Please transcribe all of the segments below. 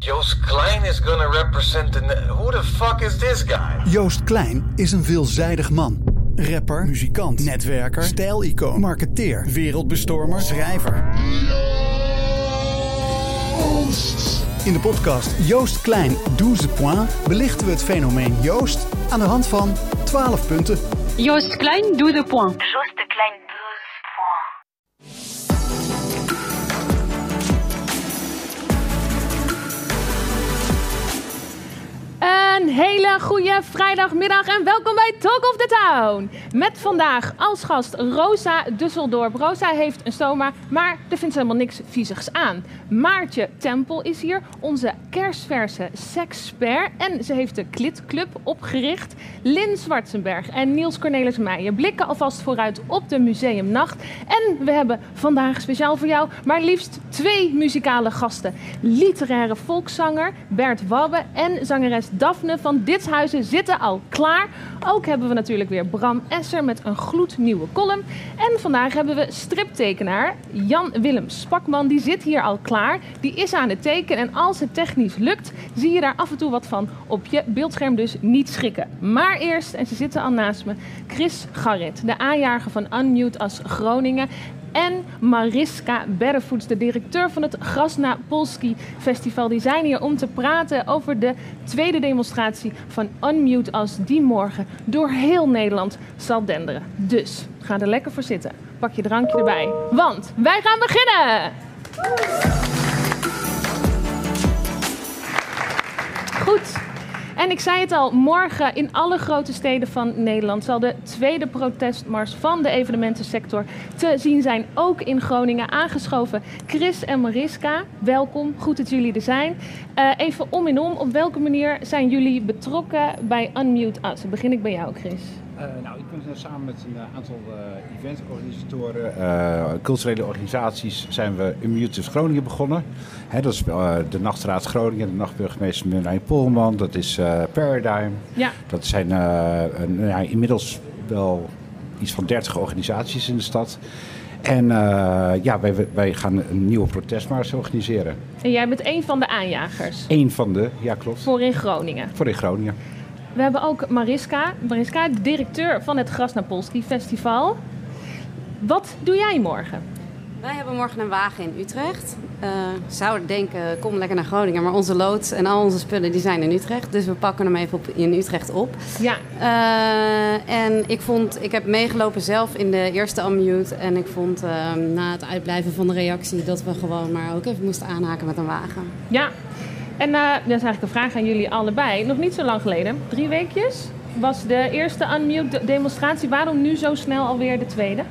Joost Klein is gonna represent Who the fuck is this guy? Joost Klein is een veelzijdig man. Rapper, muzikant, netwerker, stijlicoon, marketeer, wereldbestormer, schrijver. In de podcast Joost Klein 12 points belichten we het fenomeen Joost aan de hand van 12 punten. Joost Klein 12 points. Joost Klein 12 points. Een hele goede vrijdagmiddag en welkom bij Talk of the Town. Met vandaag als gast Rosa Dusseldorp. Rosa heeft een stoma, maar er vindt ze helemaal niks viezigs aan. Maartje Tempel is hier, onze kerstverse sekspert. En ze heeft de Klitclub opgericht. Lynn Zwartsenberg en Niels Cornelis Meijer blikken alvast vooruit op de museumnacht. En we hebben vandaag speciaal voor jou maar liefst 2 muzikale gasten. Literaire volkszanger Bert Wabbe en zangeres Daphne van Ditshuizen zitten al klaar. Ook hebben we natuurlijk weer Bram Esser met een gloednieuwe column. En vandaag hebben we striptekenaar Jan-Willem Spakman. Die zit hier al klaar. Die is aan het tekenen. En als het technisch lukt, zie je daar af en toe wat van op je beeldscherm. Dus niet schrikken. Maar eerst, en ze zitten al naast me, Chris Garrit, de aanjager van Unmute als Groningen. En Mariska Berrevoets, de directeur van het Grasna Polski Festival. Die zijn hier om te praten over de tweede demonstratie van Unmute als die morgen door heel Nederland zal denderen. Dus ga er lekker voor zitten. Pak je drankje erbij, want wij gaan beginnen! Goed. En ik zei het al, morgen in alle grote steden van Nederland zal de tweede protestmars van de evenementensector te zien zijn. Ook in Groningen aangeschoven. Chris en Mariska, welkom. Goed dat jullie er zijn. Even om en om, op welke manier zijn jullie betrokken bij Unmute Us? Dan begin ik bij jou, Chris. Ik ben samen met een aantal eventorganisatoren, culturele organisaties, zijn we Unmute Us Groningen begonnen. Dat is de Nachtraad Groningen, de nachtburgemeester Marijn Polman, dat is Paradigm. Ja. Dat zijn inmiddels wel iets van 30 organisaties in de stad. En wij gaan een nieuwe protestmars organiseren. En jij bent één van de aanjagers? Eén van de, ja klopt. Voor in Groningen? Voor in Groningen. We hebben ook Mariska, de directeur van het Grasna Polski Festival. Wat doe jij morgen? Wij hebben morgen een wagen in Utrecht. Zouden denken, kom lekker naar Groningen. Maar onze loods en al onze spullen die zijn in Utrecht. Dus we pakken hem even in Utrecht op. Ja. En ik heb meegelopen zelf in de eerste Unmute. En ik vond na het uitblijven van de reactie dat we gewoon maar ook even moesten aanhaken met een wagen. Ja. En dat is eigenlijk een vraag aan jullie allebei. Nog niet zo lang geleden, 3 weekjes, was de eerste Unmute demonstratie. Waarom nu zo snel alweer de tweede?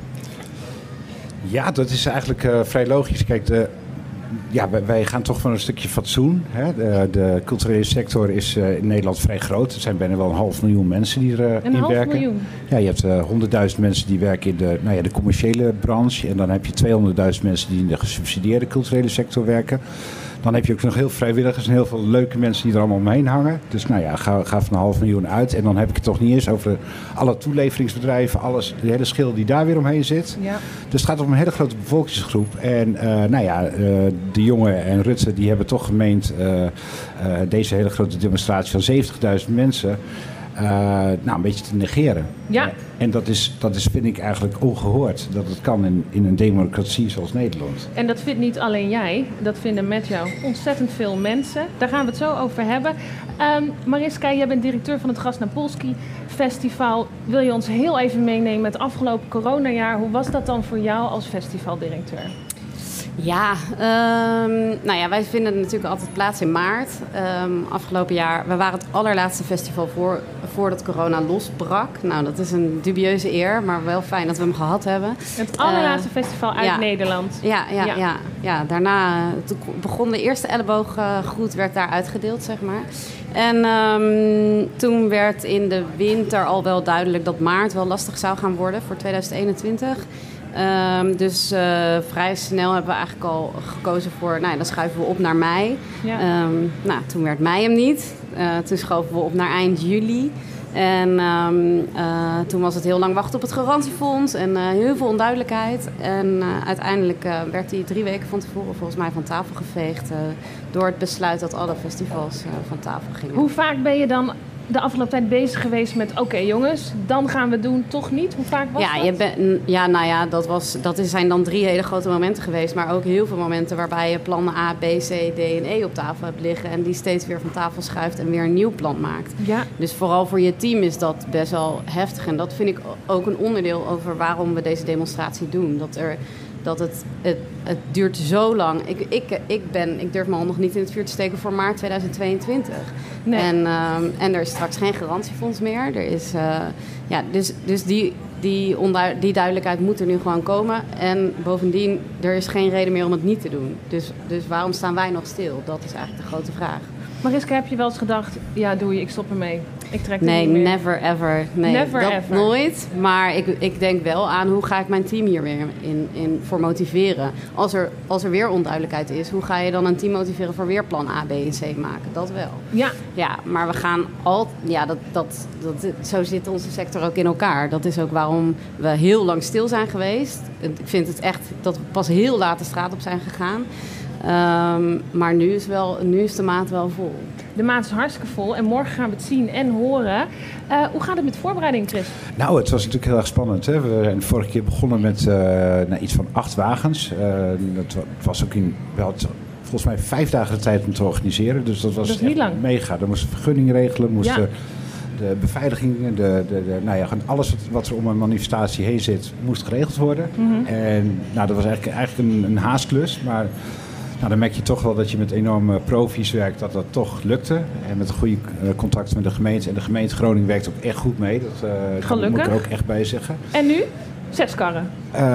Ja, dat is eigenlijk vrij logisch. Kijk, wij gaan toch van een stukje fatsoen. Hè? De culturele sector is in Nederland vrij groot. Er zijn bijna wel 500.000 mensen die erin werken. 500.000? Ja, je hebt 100.000 mensen die werken in de commerciële branche. En dan heb je 200.000 mensen die in de gesubsidieerde culturele sector werken. Dan heb je ook nog heel vrijwilligers en heel veel leuke mensen die er allemaal omheen hangen. Dus ga van 500.000 uit. En dan heb ik het toch niet eens over alle toeleveringsbedrijven, de hele schil die daar weer omheen zit. Ja. Dus het gaat om een hele grote bevolkingsgroep. En de jongen en Rutte die hebben toch gemeend deze hele grote demonstratie van 70.000 mensen een beetje te negeren. Ja. En dat is, vind ik eigenlijk ongehoord. Dat het kan in een democratie zoals Nederland. En dat vindt niet alleen jij. Dat vinden met jou ontzettend veel mensen. Daar gaan we het zo over hebben. Mariska, jij bent directeur van het Grasna Polski Festival. Wil je ons heel even meenemen met het afgelopen coronajaar? Hoe was dat dan voor jou als festivaldirecteur? Ja, wij vinden natuurlijk altijd plaats in maart. Afgelopen jaar, we waren het allerlaatste festival voordat corona losbrak. Nou, dat is een dubieuze eer, maar wel fijn dat we hem gehad hebben. Het allerlaatste festival uit Nederland. Ja, daarna begon de eerste ellebooggroet, werd daar uitgedeeld, zeg maar. En toen werd in de winter al wel duidelijk dat maart wel lastig zou gaan worden voor 2021. Dus vrij snel hebben we eigenlijk al gekozen voor, dan schuiven we op naar mei. Ja. Toen werd mei hem niet. Toen schoven we op naar eind juli. En toen was het heel lang wachten op het garantiefonds en heel veel onduidelijkheid. En uiteindelijk werd die 3 weken van tevoren volgens mij van tafel geveegd door het besluit dat alle festivals van tafel gingen. Hoe vaak ben je dan de afgelopen tijd bezig geweest met... Oké, jongens, dan gaan we het doen, toch niet? Hoe vaak was dat? Dat zijn dan 3 hele grote momenten geweest. Maar ook heel veel momenten waarbij je plannen A, B, C, D en E op tafel hebt liggen. En die steeds weer van tafel schuift en weer een nieuw plan maakt. Ja. Dus vooral voor je team is dat best wel heftig. En dat vind ik ook een onderdeel over waarom we deze demonstratie doen. Dat het duurt zo lang. Ik durf mijn hand nog niet in het vuur te steken voor maart 2022. Nee. En er is straks geen garantiefonds meer. Er is, dus die duidelijkheid moet er nu gewoon komen. En bovendien, er is geen reden meer om het niet te doen. Dus waarom staan wij nog stil? Dat is eigenlijk de grote vraag. Mariska, heb je wel eens gedacht... Ja, doei, ik stop ermee. Ik trek het niet meer. Never ever. Nee, never dat ever. Nooit. Maar ik denk wel aan hoe ga ik mijn team hier weer in voor motiveren. Als er weer onduidelijkheid is, hoe ga je dan een team motiveren voor weer plan A, B en C maken? Dat wel. Ja. Ja, maar we gaan zo zit onze sector ook in elkaar. Dat is ook waarom we heel lang stil zijn geweest. Ik vind het echt dat we pas heel laat de straat op zijn gegaan. Maar nu is de maat wel vol. De maat is hartstikke vol en morgen gaan we het zien en horen. Hoe gaat het met de voorbereiding, Chris? Nou, het was natuurlijk heel erg spannend. Hè? We zijn de vorige keer begonnen met iets van 8 wagens. Het was ook volgens mij 5 dagen de tijd om te organiseren. Dus dat was niet lang. Mega. Er moesten vergunningen regelen, de beveiliging, alles wat er om een manifestatie heen zit, moest geregeld worden. Mm-hmm. En dat was eigenlijk een haastklus, maar dan merk je toch wel dat je met enorme profi's werkt, dat toch lukte. En met een goede contact met de gemeente. En de gemeente Groningen werkt ook echt goed mee. Dat moet ik er ook echt bij zeggen. En nu? 6 karren.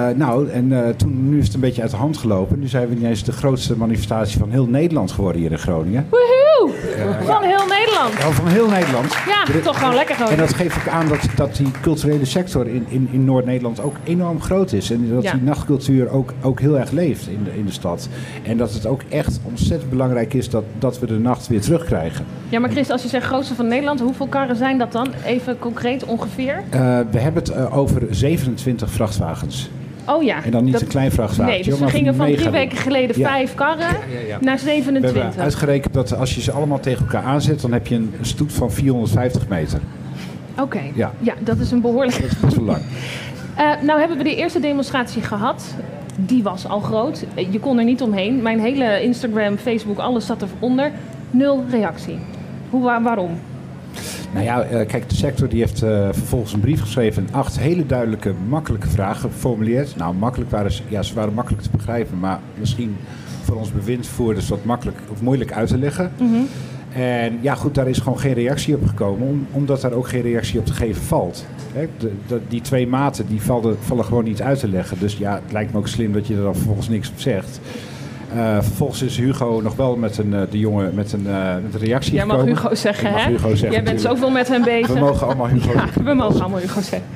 Nu is het een beetje uit de hand gelopen. Nu zijn we ineens de grootste manifestatie van heel Nederland geworden hier in Groningen. Woehoe! Van heel Nederland. Ja, van heel Nederland. Ja, toch gewoon lekker gewoon. En dat geeft ook aan dat die culturele sector in Noord-Nederland ook enorm groot is. En dat die nachtcultuur ook heel erg leeft in de stad. En dat het ook echt ontzettend belangrijk is dat we de nacht weer terugkrijgen. Ja, maar Chris, als je zegt grootste van Nederland, hoeveel karren zijn dat dan? Even concreet ongeveer? We hebben het over 27 vrachtwagens. Oh ja. En dan niet een klein vrachtwagen. Nee, dus we gingen van 3 weken geleden 5 karren naar 27. We hebben uitgerekend dat als je ze allemaal tegen elkaar aanzet, dan heb je een stoet van 450 meter. Oké. Ja, dat is een behoorlijk... Dat is best wel lang. Nou hebben we de eerste demonstratie gehad. Die was al groot. Je kon er niet omheen. Mijn hele Instagram, Facebook, alles zat eronder. 0 reactie. Waarom? Nou ja, kijk, de sector die heeft vervolgens een brief geschreven en 8 hele duidelijke, makkelijke vragen geformuleerd. Nou, ze waren makkelijk te begrijpen, maar misschien voor ons bewindvoerders wat makkelijk of moeilijk uit te leggen. Mm-hmm. En ja, goed, daar is gewoon geen reactie op gekomen, omdat daar ook geen reactie op te geven valt. Hè? Die 2 maten die vallen gewoon niet uit te leggen. Dus ja, het lijkt me ook slim dat je er dan vervolgens niks op zegt. Vervolgens is Hugo nog wel met een reactie Jij gekomen. mag Hugo zeggen, hè? Hugo zeggen, jij bent zoveel met hem bezig. We mogen allemaal Hugo zeggen. We mogen allemaal Hugo zeggen.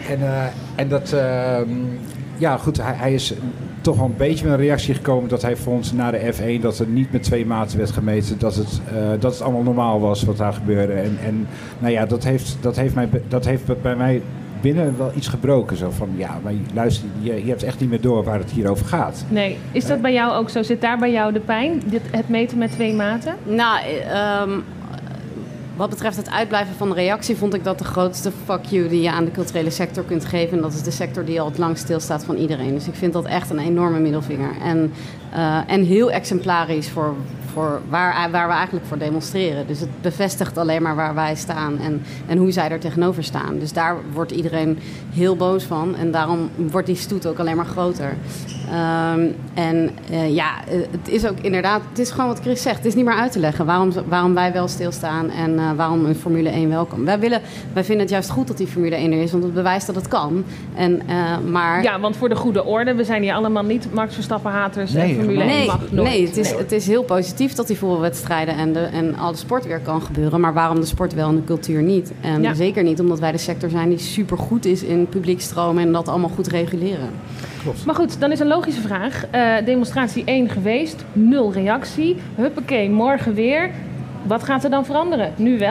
Hij is toch wel een beetje met een reactie gekomen dat hij voor ons na de F1 dat er niet met 2 maten werd gemeten, dat het allemaal normaal was wat daar gebeurde. En nou ja, dat heeft bij mij binnen wel iets gebroken. Zo van, ja, maar luister, je hebt echt niet meer door waar het hier over gaat. Nee. Is dat bij jou ook zo? Zit daar bij jou de pijn? Het meten met 2 maten? Nou, wat betreft het uitblijven van de reactie vond ik dat de grootste fuck you die je aan de culturele sector kunt geven. En dat is de sector die al het langst stilstaat van iedereen. Dus ik vind dat echt een enorme middelvinger. En heel exemplarisch voor waar we eigenlijk voor demonstreren. Dus het bevestigt alleen maar waar wij staan en hoe zij er tegenover staan. Dus daar wordt iedereen heel boos van. En daarom wordt die stoet ook alleen maar groter. Het is ook inderdaad, het is gewoon wat Chris zegt. Het is niet meer uit te leggen waarom wij wel stilstaan en waarom een Formule 1 wel kan. Wij vinden het juist goed dat die Formule 1 er is, want het bewijst dat het kan. Maar... Ja, want voor de goede orde, we zijn hier allemaal niet Max Verstappen-haters en Formule 1 mag nooit. Nee, het is heel positief dat die voetbalwedstrijden en alle sport weer kan gebeuren. Maar waarom de sport wel en de cultuur niet? En zeker niet omdat wij de sector zijn die supergoed is in publiekstromen en dat allemaal goed reguleren. Klopt. Maar goed, dan is een logische vraag. Demonstratie 1 geweest, 0 reactie. Huppakee, morgen weer. Wat gaat er dan veranderen? Nu wel?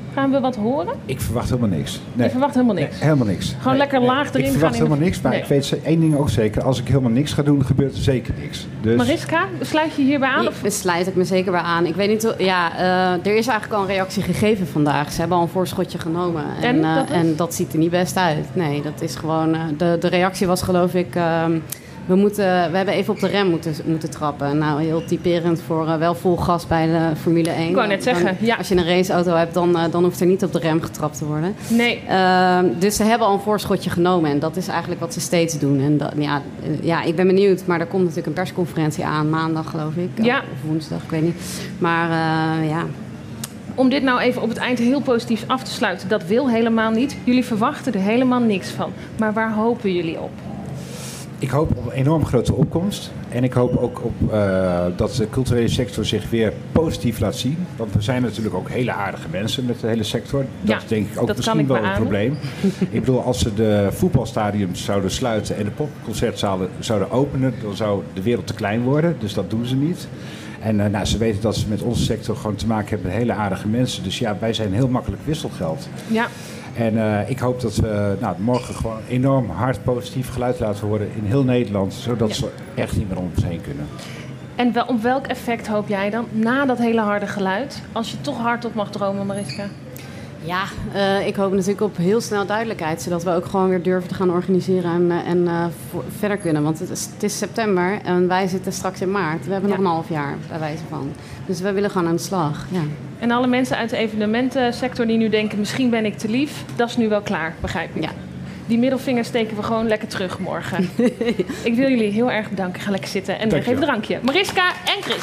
Gaan we wat horen? Ik verwacht helemaal niks. Nee. Je verwacht helemaal niks? Nee, helemaal niks. Gewoon lekker laag erin gaan. Ik verwacht helemaal niks, maar ik weet één ding ook zeker. Als ik helemaal niks ga doen, gebeurt er zeker niks. Dus... Mariska, sluit je hierbij aan? Daar sluit ik me zeker bij aan. Ik weet niet, er is eigenlijk al een reactie gegeven vandaag. Ze hebben al een voorschotje genomen. En dat ziet er niet best uit. Nee, dat is gewoon... De reactie was geloof ik... We hebben even op de rem moeten trappen. Nou, heel typerend voor wel vol gas bij de Formule 1. Ik wou net zeggen, ja. Als je een raceauto hebt, dan hoeft er niet op de rem getrapt te worden. Nee. Dus ze hebben al een voorschotje genomen. En dat is eigenlijk wat ze steeds doen. En ik ben benieuwd. Maar er komt natuurlijk een persconferentie aan. Maandag, geloof ik. Ja. Of woensdag, ik weet niet. Maar ja... Om dit nou even op het eind heel positief af te sluiten. Dat wil helemaal niet. Jullie verwachten er helemaal niks van. Maar waar hopen jullie op? Ik hoop op een enorm grote opkomst. En ik hoop ook op dat de culturele sector zich weer positief laat zien. Want we zijn natuurlijk ook hele aardige mensen met de hele sector. Dat is denk ik ook misschien wel een probleem. Ik bedoel, als ze de voetbalstadiums zouden sluiten en de popconcertzalen zouden openen, dan zou de wereld te klein worden. Dus dat doen ze niet. En ze weten dat ze met onze sector gewoon te maken hebben met hele aardige mensen. Dus ja, wij zijn heel makkelijk wisselgeld. Ja. En ik hoop dat we morgen gewoon enorm hard positief geluid laten horen in heel Nederland. Zodat ze echt niet meer om ons heen kunnen. En op welk effect hoop jij dan na dat hele harde geluid? Als je toch hardop mag dromen, Mariska. Ja, ik hoop natuurlijk op heel snel duidelijkheid. Zodat we ook gewoon weer durven te gaan organiseren en verder kunnen. Want het is september en wij zitten straks in maart. We hebben nog een half jaar bij wijze van. Dus we willen gewoon aan de slag. Ja. En alle mensen uit de evenementensector die nu denken, misschien ben ik te lief. Dat is nu wel klaar, begrijp ik. Ja. Die middelvinger steken we gewoon lekker terug morgen. Ik wil jullie heel erg bedanken. Ga lekker zitten en geef een drankje. Mariska en Chris.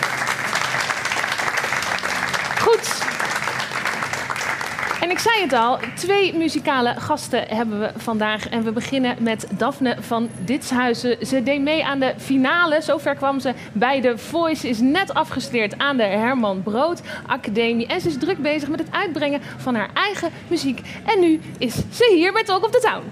Goed. En ik zei het al, 2 muzikale gasten hebben we vandaag. En we beginnen met Daphne van Ditshuizen. Ze deed mee aan de finale. Zover kwam ze bij The Voice. Is net afgestudeerd aan de Herman Brood Academie. En ze is druk bezig met het uitbrengen van haar eigen muziek. En nu is ze hier bij Talk of the Town.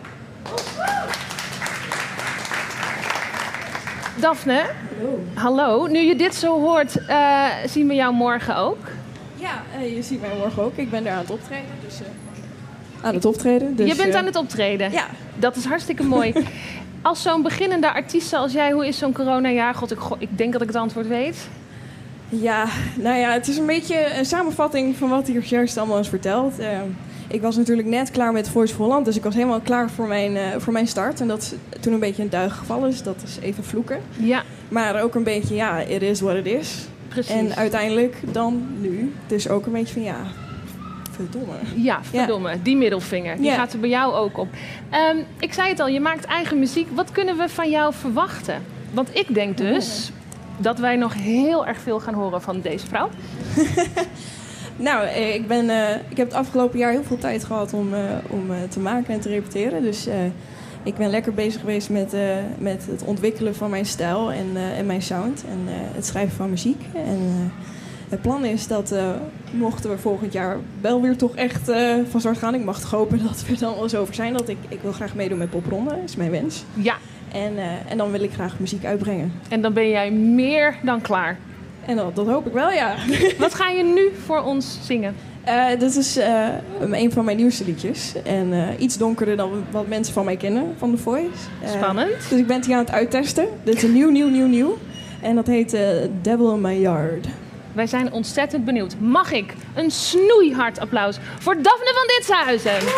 Daphne, hallo. Nu je dit zo hoort, zien we jou morgen ook. Ja, je ziet mij morgen ook. Ik ben daar aan het optreden. Dus, je bent aan het optreden? Ja. Dat is hartstikke mooi. Als zo'n beginnende artiest zoals jij, hoe is zo'n coronajaar? Ik denk dat ik het antwoord weet. Ja, nou ja, het is een beetje een samenvatting van wat hier juist allemaal is verteld. Ik was natuurlijk net klaar met Voice of Holland, dus ik was helemaal klaar voor mijn start. En dat is toen een beetje een duig gevallen, dus dat is even vloeken. Ja. Maar ook een beetje, ja, it is what it is. Precies. En uiteindelijk dan nu, dus ook een beetje van ja, verdomme. Ja, verdomme. Ja. Die middelvinger, die gaat er bij jou ook op. Ik zei het al, je maakt eigen muziek. Wat kunnen we van jou verwachten? Want ik denk dus dat wij nog heel erg veel gaan horen van deze vrouw. Nou, ik heb het afgelopen jaar heel veel tijd gehad om te maken en te repeteren. Dus ik ben lekker bezig geweest met het ontwikkelen van mijn stijl en mijn sound. En het schrijven van muziek. En het plan is dat mochten we volgend jaar wel weer toch echt van start gaan. Ik mag toch hopen dat we er dan wel over zijn. Dat ik wil graag meedoen met Popronde, dat is mijn wens. Ja. En dan wil ik graag muziek uitbrengen. En dan ben jij meer dan klaar. En dat hoop ik wel, ja. Wat ga je nu voor ons zingen? Dit is een van mijn nieuwste liedjes. En iets donkerder dan wat mensen van mij kennen, van The Voice. Spannend. Dus ik ben het hier aan het uittesten. Dit is een nieuw. En dat heet Devil in My Yard. Wij zijn ontzettend benieuwd. Mag ik een snoeihard applaus voor Daphne van Ditshuizen?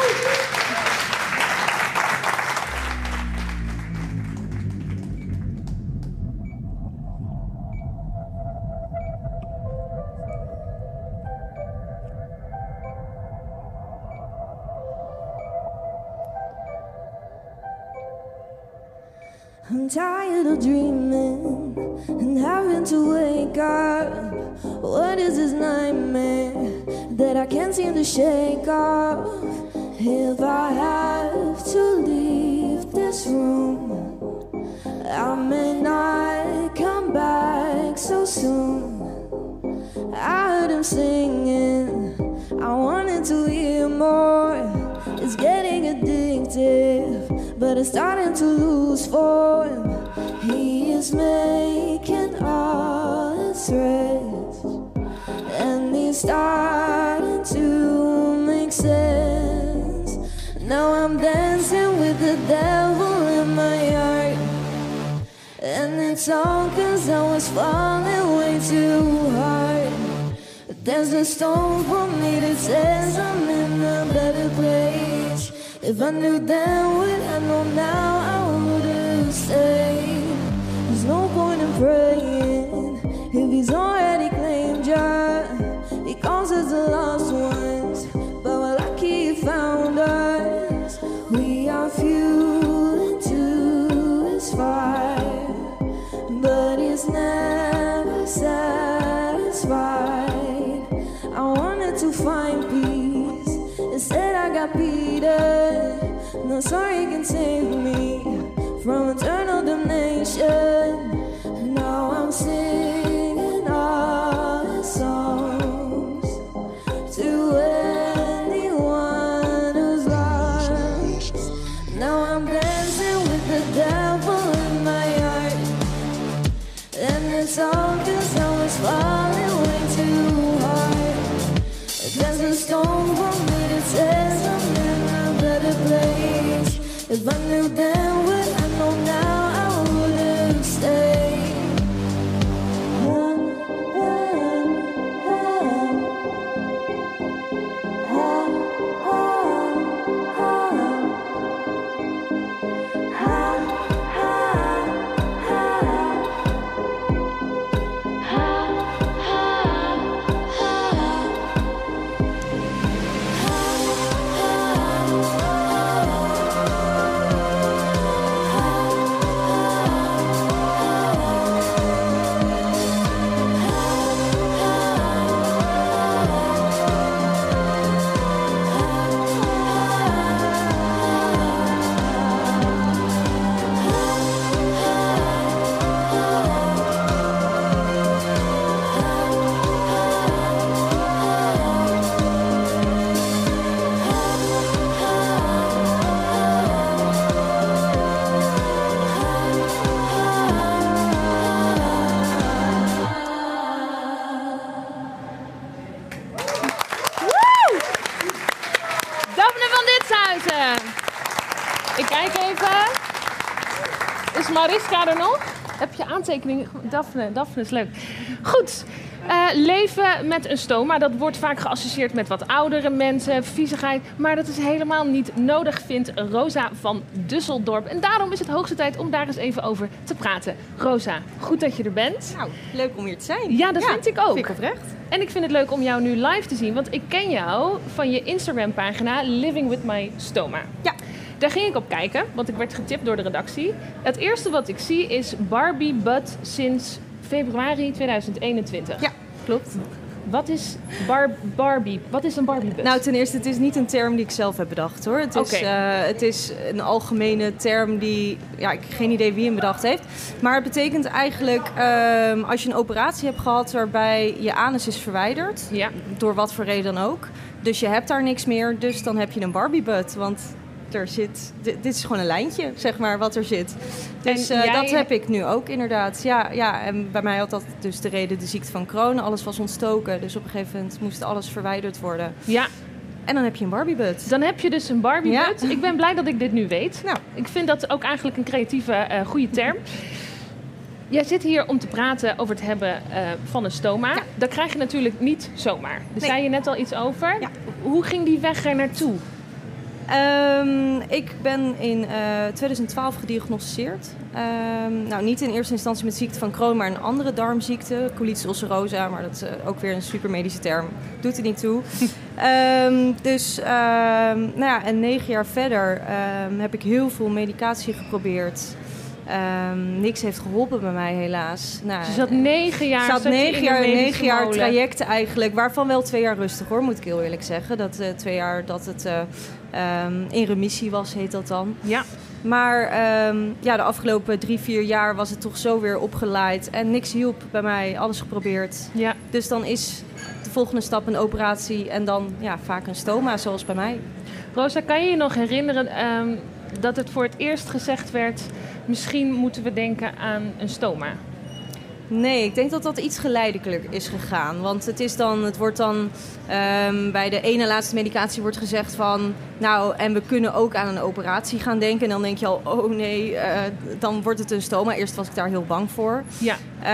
I'm tired of dreaming and having to wake up. What is this nightmare that I can't seem to shake off? If I have to leave this room, I may not come back so soon. I heard him singing, I wanted to hear more. It's getting addictive, but it's starting to lose form. He is making all his threats, and he's starting to Now I'm dancing with the devil in my heart. And it's all 'cause I was falling way too hard. There's a stone for me that says I'm in a better place. If I knew then what I know now, I would've stayed. There's no point in praying if he's already claimed ya. He calls us the lost ones, but we're lucky he found us. We are few and two is fire, but he's never satisfied. I wanted to find peace, instead I got Peter. No sorry can save me from eternal damnation. Now I'm singing all the songs to anyone who's lost. Now I'm dancing with the devil in my heart. And it's all 'cause I was falling way too hard. There's a stone for me that says I'm in a better place. If I knew then what I know now, I would've stayed. Ik kijk even. Is Mariska er nog? Heb je aantekeningen? Daphne is leuk. Goed. Leven met een stoma, dat wordt vaak geassocieerd met wat oudere mensen, viezigheid. Maar dat is helemaal niet nodig, vindt Rosa van Düsseldorp. En daarom is het hoogste tijd om daar eens even over te praten. Rosa, goed dat je er bent. Nou, leuk om hier te zijn. Ja, dat vind ik ook. Vind ik oprecht. En ik vind het leuk om jou nu live te zien, want ik ken jou van je Instagram-pagina Living with My Stoma. Ja. Daar ging ik op kijken, want ik werd getipt door de redactie. Het eerste wat ik zie is Barbie Butt sinds februari 2021. Ja, klopt. Wat is Barbie? Wat is een Barbie butt? Nou, ten eerste, het is niet een term die ik zelf heb bedacht, hoor. Het is een algemene term die... Ja, ik heb geen idee wie hem bedacht heeft. Maar het betekent eigenlijk... als je een operatie hebt gehad waarbij je anus is verwijderd... Ja. Door wat voor reden dan ook. Dus je hebt daar niks meer, dus dan heb je een Barbie butt. Want... Dit is gewoon een lijntje, zeg maar, wat er zit. Dus dat heb ik nu ook inderdaad. Ja, en bij mij had dat dus de reden de ziekte van Crohn. Alles was ontstoken, dus op een gegeven moment moest alles verwijderd worden. Ja. En dan heb je een Barbie butt. Dan heb je dus een Barbie butt. Ik ben blij dat ik dit nu weet. Nou. Ik vind dat ook eigenlijk een creatieve, goede term. Jij zit hier om te praten over het hebben van een stoma. Ja. Dat krijg je natuurlijk niet zomaar. Daar zei je net al iets over. Ja. Hoe ging die weg er naartoe? Ik ben in 2012 gediagnosticeerd. Nou, niet in eerste instantie met ziekte van Crohn, maar een andere darmziekte. Colitis ulcerosa, maar dat is ook weer een supermedische term. Doet er niet toe. En 9 jaar verder heb ik heel veel medicatie geprobeerd. Niks heeft geholpen bij mij, helaas. Nou, ze zat 9 jaar... Ze had 9 jaar traject eigenlijk, waarvan wel 2 jaar rustig, hoor, moet ik heel eerlijk zeggen. Dat 2 jaar dat het in remissie was, heet dat dan. Ja. Maar de afgelopen 3-4 jaar was het toch zo weer opgeleid. En niks hielp bij mij, alles geprobeerd. Ja. Dus dan is de volgende stap een operatie en dan vaak een stoma, zoals bij mij. Rosa, kan je je nog herinneren dat het voor het eerst gezegd werd... misschien moeten we denken aan een stoma? Nee, ik denk dat dat iets geleidelijker is gegaan. Want het wordt dan bij de ene laatste medicatie wordt gezegd van... nou, en we kunnen ook aan een operatie gaan denken. En dan denk je al, oh nee, dan wordt het een stoma. Eerst was ik daar heel bang voor. Ja.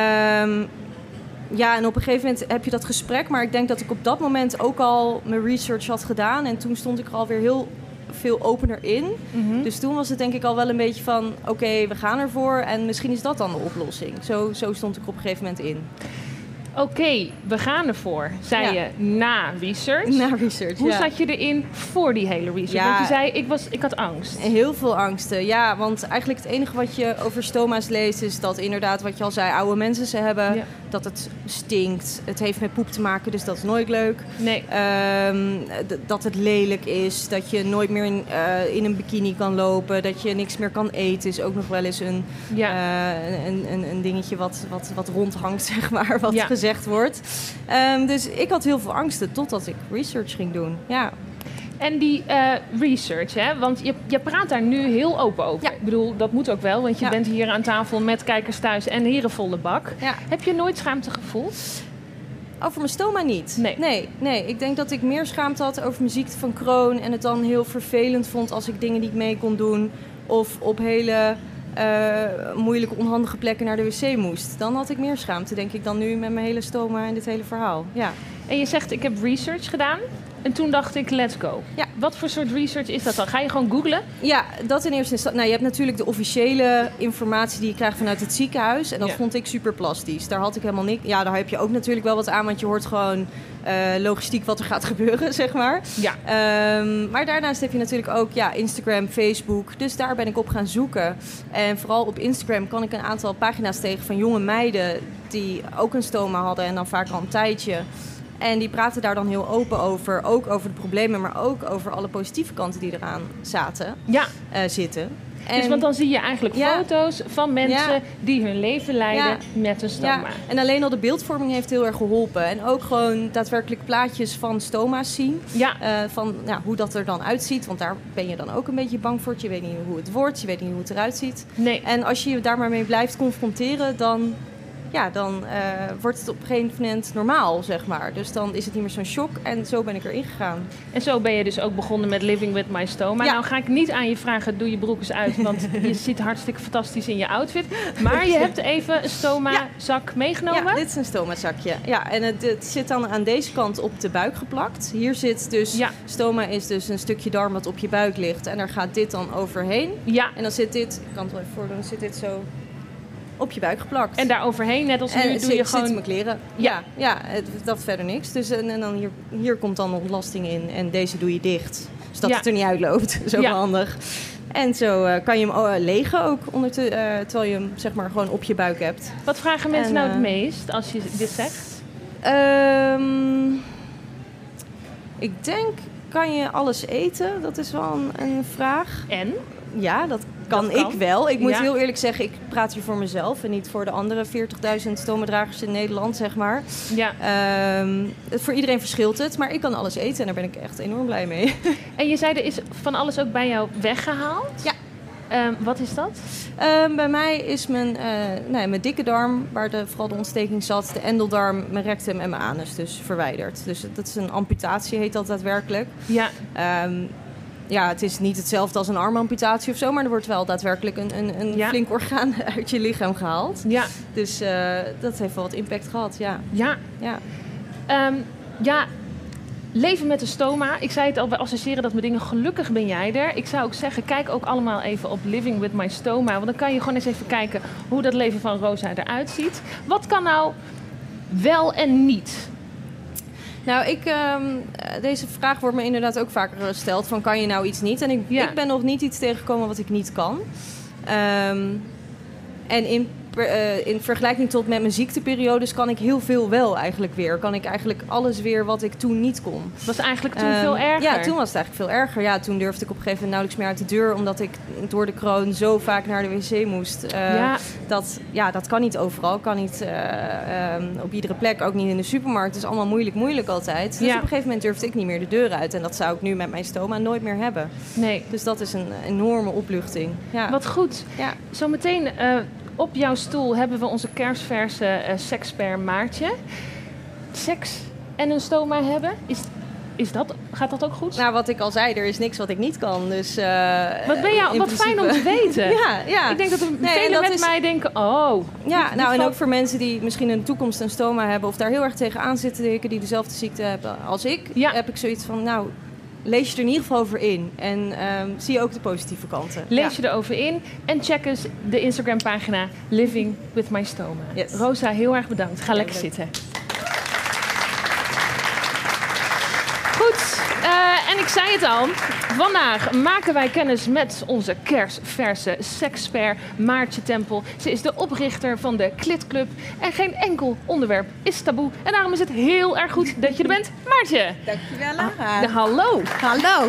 Ja, en op een gegeven moment heb je dat gesprek. Maar ik denk dat ik op dat moment ook al mijn research had gedaan. En toen stond ik er alweer heel veel opener in. Mm-hmm. Dus toen was het denk ik al wel een beetje van... oké, we gaan ervoor en misschien is dat dan de oplossing. Zo stond ik op een gegeven moment in. Oké, we gaan ervoor, zei je na research. Na research, Hoe zat je erin voor die hele research? Ja, want je zei, ik had angst. Heel veel angsten, ja. Want eigenlijk het enige wat je over stoma's leest... is dat inderdaad, wat je al zei, oude mensen ze hebben. Ja. Dat het stinkt. Het heeft met poep te maken, dus dat is nooit leuk. Nee. Dat het lelijk is. Dat je nooit meer in een bikini kan lopen. Dat je niks meer kan eten. Is ook nog wel eens een dingetje wat rondhangt, zeg maar. Wat gezegd wordt. Dus ik had heel veel angsten totdat ik research ging doen. Ja. En die research, hè? Want je praat daar nu heel open over. Ja. Ik bedoel, dat moet ook wel, want je bent hier aan tafel met kijkers thuis en hier een volle bak. Ja. Heb je nooit schaamte gevoeld? Over mijn stoma niet. Nee. Ik denk dat ik meer schaamte had over mijn ziekte van Crohn en het dan heel vervelend vond als ik dingen niet mee kon doen of op hele moeilijke, onhandige plekken naar de wc moest. Dan had ik meer schaamte, denk ik, dan nu met mijn hele stoma en dit hele verhaal. Ja. En je zegt, ik heb research gedaan. En toen dacht ik, let's go. Ja. Wat voor soort research is dat dan? Ga je gewoon googlen? Ja, dat in eerste instantie. Nou, je hebt natuurlijk de officiële informatie die je krijgt vanuit het ziekenhuis. En dat vond ik super plastisch. Daar had ik helemaal niks. Ja, daar heb je ook natuurlijk wel wat aan, want je hoort gewoon logistiek wat er gaat gebeuren, zeg maar. Ja. Maar daarnaast heb je natuurlijk ook Instagram, Facebook. Dus daar ben ik op gaan zoeken. En vooral op Instagram kan ik een aantal pagina's tegen van jonge meiden die ook een stoma hadden en dan vaak al een tijdje. En die praten daar dan heel open over. Ook over de problemen, maar ook over alle positieve kanten die eraan zitten. Dus want dan zie je eigenlijk foto's van mensen die hun leven leiden met een stoma. Ja. En alleen al de beeldvorming heeft heel erg geholpen. En ook gewoon daadwerkelijk plaatjes van stoma's zien. Ja. Van hoe dat er dan uitziet. Want daar ben je dan ook een beetje bang voor. Je weet niet hoe het wordt, je weet niet hoe het eruit ziet. Nee. En als je je daar maar mee blijft confronteren, dan wordt het op een gegeven moment normaal, zeg maar. Dus dan is het niet meer zo'n shock en zo ben ik erin gegaan. En zo ben je dus ook begonnen met Living with My Stoma. Nou ga ik niet aan je vragen, doe je broek eens uit, want je zit hartstikke fantastisch in je outfit. Maar je hebt even een stoma-zak meegenomen. Ja, dit is een stoma-zakje. Ja, en het zit dan aan deze kant op de buik geplakt. Hier zit dus, stoma is dus een stukje darm wat op je buik ligt. En daar gaat dit dan overheen. Ja. En dan zit dit, ik kan het wel even voordoen, dan zit dit zo op je buik geplakt. En daar overheen, net als nu, doe je gewoon... zit mijn kleren. Ja, dat verder niks. Dus, en dan hier komt dan de ontlasting in. En deze doe je dicht. Zodat het er niet uitloopt. Zo handig. En zo kan je hem legen ook, terwijl je hem zeg maar gewoon op je buik hebt. Wat vragen mensen nou het meest als je dit zegt? Ik denk, kan je alles eten? Dat is wel een vraag. En? Ja, dat kan ik wel. Ik moet heel eerlijk zeggen, ik praat hier voor mezelf en niet voor de andere 40.000 stomadragers in Nederland, zeg maar. Ja. Voor iedereen verschilt het, maar ik kan alles eten en daar ben ik echt enorm blij mee. En je zei, er is van alles ook bij jou weggehaald? Ja. Wat is dat? Bij mij is mijn dikke darm, waar vooral de ontsteking zat, de endeldarm, mijn rectum en mijn anus dus verwijderd. Dus dat is een amputatie, heet dat daadwerkelijk. Ja. Het is niet hetzelfde als een armamputatie of zo, maar er wordt wel daadwerkelijk een flink orgaan uit je lichaam gehaald. Ja. Dus dat heeft wel wat impact gehad, Leven met een stoma. Ik zei het al, we associëren dat met dingen. Gelukkig ben jij er. Ik zou ook zeggen, kijk ook allemaal even op Living with My Stoma. Want dan kan je gewoon eens even kijken hoe dat leven van Rosa eruit ziet. Wat kan nou wel en niet? Nou, deze vraag wordt me inderdaad ook vaker gesteld. Van, kan je nou iets niet? En ik ben nog niet iets tegengekomen wat ik niet kan. En in vergelijking tot met mijn ziekteperiodes kan ik heel veel wel eigenlijk weer. Kan ik eigenlijk alles weer wat ik toen niet kon. Was eigenlijk toen veel erger? Ja, toen was het eigenlijk veel erger. Ja, toen durfde ik op een gegeven moment nauwelijks meer uit de deur, omdat ik door de Crohn zo vaak naar de wc moest. Dat kan niet overal. Kan niet op iedere plek, ook niet in de supermarkt. Het is allemaal moeilijk altijd. Dus op een gegeven moment durfde ik niet meer de deur uit. En dat zou ik nu met mijn stoma nooit meer hebben. Nee. Dus dat is een enorme opluchting. Ja. Wat goed. Ja. Zometeen Op jouw stoel hebben we onze kerstverse seksper Maartje. Seks en een stoma hebben, gaat dat ook goed? Nou, wat ik al zei, er is niks wat ik niet kan. Dus, wat fijn om te weten. ja. Ik denk dat er velen met mij denken, en ook voor mensen die misschien in de toekomst een stoma hebben... of daar heel erg tegenaan zitten denken, die dezelfde ziekte hebben als ik... heb ik zoiets van, nou, lees je er in ieder geval over in. En zie je ook de positieve kanten. Lees je erover in en check eens de Instagram-pagina Living with My Stoma. Yes. Rosa, heel erg bedankt. Ga lekker zitten. Goed, en ik zei het al. Vandaag maken wij kennis met onze kerstverse seksper Maartje Tempel. Ze is de oprichter van de Clit Club. En geen enkel onderwerp is taboe. En daarom is het heel erg goed dat je er bent, Maartje. Dankjewel, Lara. Hallo. Hallo.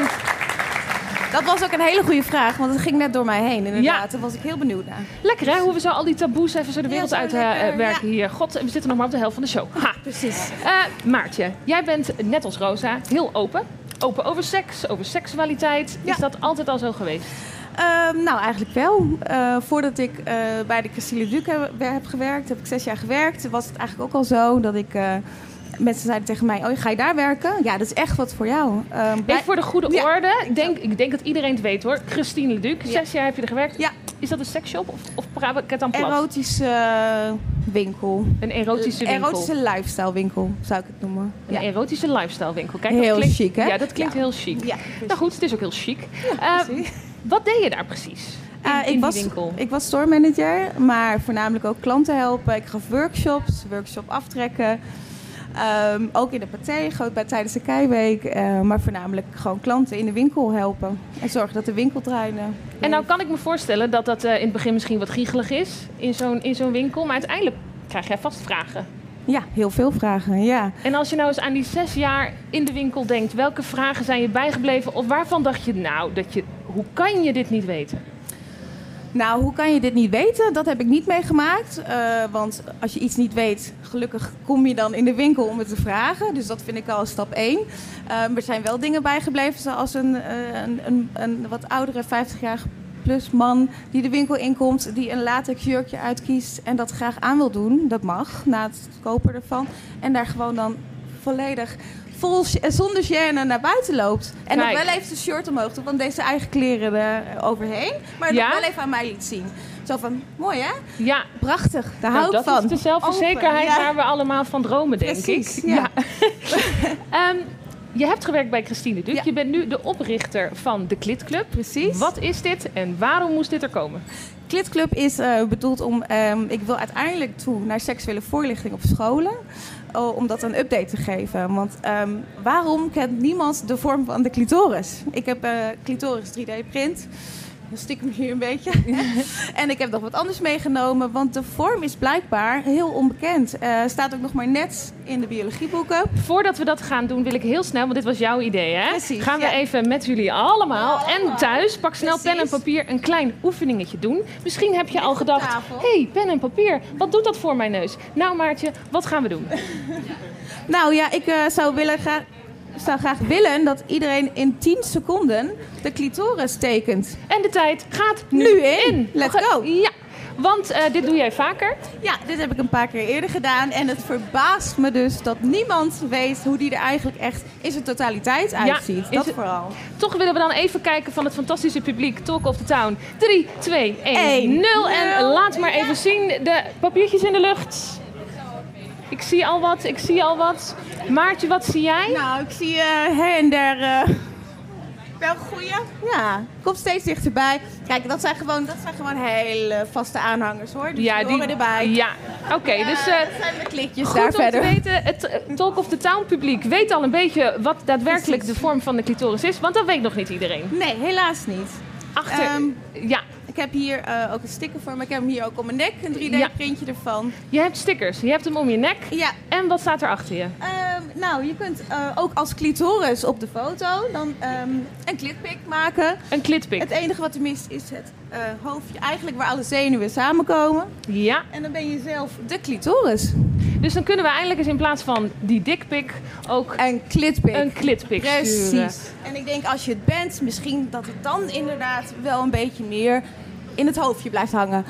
Dat was ook een hele goede vraag, want het ging net door mij heen. Inderdaad, daar was ik heel benieuwd naar. Lekker hè, hoe we zo al die taboes even zo de wereld uitwerken hier. God, we zitten nog maar op de helft van de show. Ha. Precies. Maartje, jij bent net als Rosa heel open. Open over seks, over seksualiteit. Ja. Is dat altijd al zo geweest? Nou, eigenlijk wel. Voordat ik bij de Christine Leduc heb gewerkt, heb ik 6 jaar gewerkt. Was het eigenlijk ook al zo dat ik... Mensen zeiden tegen mij, ga je daar werken? Ja, dat is echt wat voor jou. Even voor de goede orde. Ik denk dat iedereen het weet hoor. Christine Leduc, 6 jaar heb je er gewerkt. Ja. Is dat een seksshop of praat ik het dan plat? Erotische winkel. Een erotische winkel. Erotische lifestyle winkel, zou ik het noemen. Een erotische lifestyle winkel. Kijk, heel dat klinkt, chic, hè? Ja, dat klinkt heel chic. Ja, nou goed, het is ook heel chic. Wat deed je daar precies? Ik was store manager, maar voornamelijk ook klanten helpen. Ik gaf workshop aftrekken. Ook in de paté, tijdens de keiweek. Maar voornamelijk gewoon klanten in de winkel helpen. En zorgen dat de winkel draaide. En nou kan ik me voorstellen dat dat in het begin misschien wat giechelig is in zo'n winkel. Maar uiteindelijk krijg jij vast vragen. Ja, heel veel vragen, ja. En als je nou eens aan die 6 jaar in de winkel denkt... welke vragen zijn je bijgebleven? Of waarvan dacht je, hoe kan je dit niet weten? Nou, hoe kan je dit niet weten? Dat heb ik niet meegemaakt. Want als je iets niet weet, gelukkig kom je dan in de winkel om het te vragen. Dus dat vind ik al stap 1. Er zijn wel dingen bijgebleven, zoals een wat oudere 50-jarige plus man die de winkel inkomt, die een latex jurkje uitkiest en dat graag aan wil doen. Dat mag, na het kopen ervan. En daar gewoon dan volledig... zonder gêne naar buiten loopt. En nog wel even de shirt omhoog doet, want deze eigen kleren er overheen. Maar nog wel even aan mij liet zien. Zo van, mooi hè? Ja. Prachtig, daar hou ik van. Dat is de zelfverzekerheid waar we allemaal van dromen, denk ik. Ja. Je hebt gewerkt bij Christine Leduc. Ja. Je bent nu de oprichter van de Clit Club. Precies. Wat is dit en waarom moest dit er komen? Clit Club is bedoeld om... ik wil uiteindelijk toe naar seksuele voorlichting op scholen. Om dat een update te geven. Want waarom kent niemand de vorm van de clitoris? Ik heb clitoris 3D-print. Dan stik ik hier een beetje. En ik heb nog wat anders meegenomen. Want de vorm is blijkbaar heel onbekend. Staat ook nog maar net in de biologieboeken. Voordat we dat gaan doen wil ik heel snel... want dit was jouw idee, hè? Precies, gaan we even met jullie allemaal en thuis... pak snel pen en papier een klein oefeningetje doen. Misschien heb je al gedacht... hey, pen en papier, wat doet dat voor mijn neus? Nou Maartje, wat gaan we doen? Nou ja, ik zou graag willen dat iedereen in 10 seconden de clitoris tekent. En de tijd gaat nu in. Let's go. Ja, want dit doe jij vaker? Ja, dit heb ik een paar keer eerder gedaan. En het verbaast me dus dat niemand weet hoe die er eigenlijk echt in zijn totaliteit uitziet. Ja, dat vooral. Toch willen we dan even kijken van het fantastische publiek. Talk of the Town. 3, 2, 1, 0. En laat maar even zien de papiertjes in de lucht. Ik zie al wat. Maartje, wat zie jij? Nou, ik zie her en der wel goeie. Ja, komt steeds dichterbij. Kijk, dat zijn gewoon hele vaste aanhangers, hoor. Dus die horen erbij. Ja, oké. Dus dat zijn de klikjes goed daar verder. Goed om te weten, het Talk of the Town publiek weet al een beetje wat daadwerkelijk de vorm van de clitoris is. Want dat weet nog niet iedereen. Nee, helaas niet. Ja. Ik heb hier ook een sticker voor me. Ik heb hem hier ook om mijn nek. Een 3D-printje ervan. Je hebt stickers. Je hebt hem om je nek. Ja. En wat staat er achter je? Nou, je kunt ook als clitoris op de foto dan een clitpic maken. Een clitpic. Het enige wat er mist is het hoofdje. Eigenlijk waar alle zenuwen samenkomen. Ja. En dan ben je zelf de clitoris. Dus dan kunnen we eindelijk eens in plaats van die dickpic ook een clitpic sturen. Precies. En ik denk als je het bent, misschien dat het dan inderdaad wel een beetje meer in het hoofdje blijft hangen.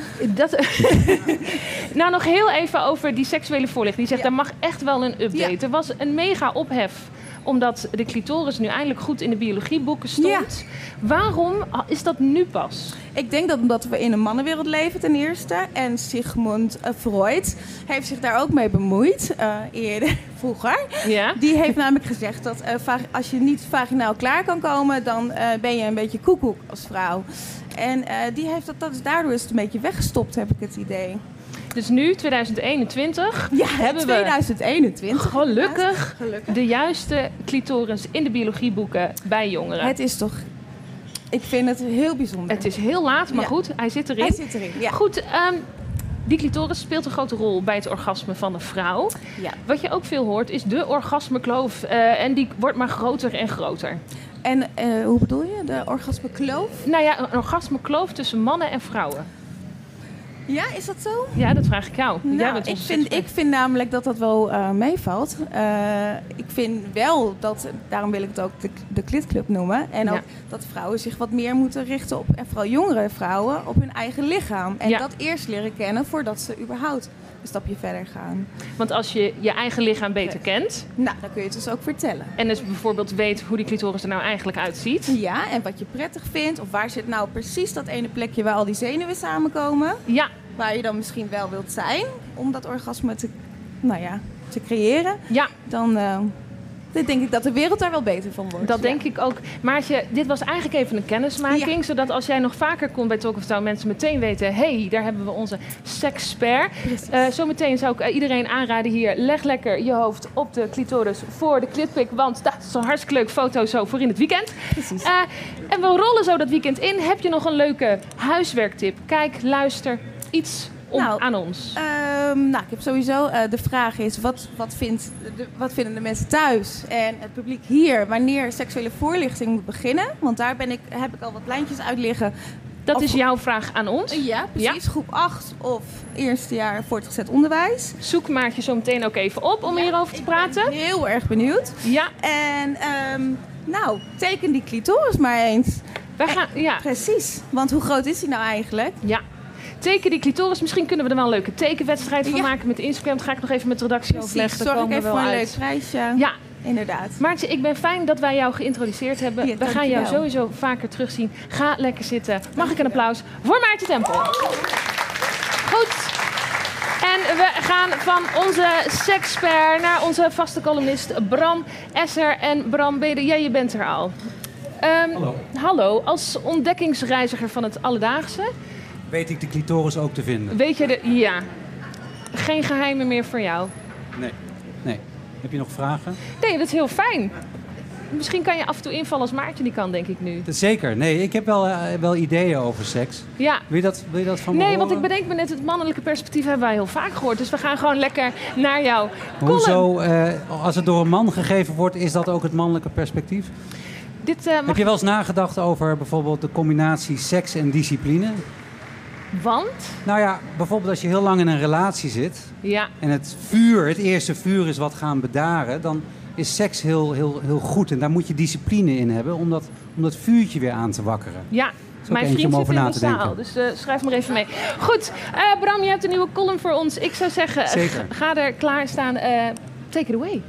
Nou, nog heel even over die seksuele voorlichting. Die zegt, daar mag echt wel een update. Er was een mega ophef omdat de clitoris nu eindelijk goed in de biologieboeken stond. Ja. Waarom is dat nu pas? Ik denk dat omdat we in een mannenwereld leven ten eerste. En Sigmund Freud heeft zich daar ook mee bemoeid. Eerder, vroeger. Ja. Die heeft namelijk gezegd dat als je niet vaginaal klaar kan komen, dan ben je een beetje koekoek als vrouw. En die heeft dat is daardoor is het een beetje weggestopt, heb ik het idee. Dus nu, 2021, hebben 2021. we gelukkig de juiste clitoris in de biologieboeken bij jongeren. Het is toch... Ik vind het heel bijzonder. Het is heel laat, maar goed, hij zit erin. Ja. Goed, die clitoris speelt een grote rol bij het orgasme van de vrouw. Ja. Wat je ook veel hoort is de orgasmekloof. En die wordt maar groter en groter. En hoe bedoel je, de orgasmekloof? Nou ja, een orgasmekloof tussen mannen en vrouwen. Ja, is dat zo? Ja, dat vraag ik jou. Nou, ik vind namelijk dat wel meevalt. Ik vind wel dat, daarom wil ik het ook de Klitclub noemen. En ook dat vrouwen zich wat meer moeten richten op, en vooral jongere vrouwen, op hun eigen lichaam. En dat eerst leren kennen voordat ze überhaupt een stapje verder gaan. Want als je je eigen lichaam beter kent... Nou, dan kun je het dus ook vertellen. En dus bijvoorbeeld weet hoe die clitoris er nou eigenlijk uitziet. Ja, en wat je prettig vindt. Of waar zit nou precies dat ene plekje waar al die zenuwen samenkomen. Ja. Waar je dan misschien wel wilt zijn om dat orgasme te creëren. Ja. Dan denk ik dat de wereld daar wel beter van wordt. Dat denk ik ook. Maartje, dit was eigenlijk even een kennismaking. Ja. Zodat als jij nog vaker komt bij Talk of Town, mensen meteen weten... hey, daar hebben we onze sexpert. Zometeen zou ik iedereen aanraden hier... leg lekker je hoofd op de clitoris voor de clitpic. Want dat is een hartstikke leuke foto zo voor in het weekend. Precies. En we rollen zo dat weekend in. Heb je nog een leuke huiswerktip? Kijk, luister, iets... aan ons? Ik heb sowieso... de vraag is, wat vinden de mensen thuis en het publiek hier... wanneer seksuele voorlichting moet beginnen? Want daar heb ik al wat lijntjes uit liggen. Dat is jouw vraag aan ons? Ja, precies. Ja. Groep 8 of eerste jaar voortgezet onderwijs. Zoek Maartje zo meteen ook even op om hierover te praten. Ik ben heel erg benieuwd. Ja. En teken die clitoris maar eens. Precies. Want hoe groot is die nou eigenlijk? Ja. Teken die clitoris. Misschien kunnen we er wel een leuke tekenwedstrijd van maken met Instagram. Dat ga ik nog even met de redactie overleggen. Zorg ik even voor een leuk prijsje. Ja. Inderdaad. Maartje, ik ben fijn dat wij jou geïntroduceerd hebben. We gaan jou sowieso vaker terugzien. Ga lekker zitten. Mag ik een applaus voor Maartje Tempel? Goed. En we gaan van onze sexpert naar onze vaste columnist Bram Esser. En Bram, je bent er al. Hallo. Als ontdekkingsreiziger van het alledaagse... Weet ik de clitoris ook te vinden? Weet je ja. Geen geheimen meer voor jou? Nee. Heb je nog vragen? Nee, dat is heel fijn. Misschien kan je af en toe invallen als Maartje die kan, denk ik nu. Zeker. Nee, ik heb wel ideeën over seks. Ja. Wil je dat van me horen? Want ik bedenk me net, het mannelijke perspectief hebben wij heel vaak gehoord. Dus we gaan gewoon lekker naar jou. Hoezo? Als het door een man gegeven wordt, is dat ook het mannelijke perspectief? Heb je wel eens nagedacht over bijvoorbeeld de combinatie seks en discipline? Want? Nou ja, bijvoorbeeld als je heel lang in een relatie zit... en het eerste vuur is wat gaan bedaren... dan is seks heel goed. En daar moet je discipline in hebben om dat vuurtje weer aan te wakkeren. Ja, mijn vriend zit in de zaal, dus schrijf maar even mee. Goed, Bram, je hebt een nieuwe column voor ons. Ik zou zeggen, ga er klaarstaan. Take it away.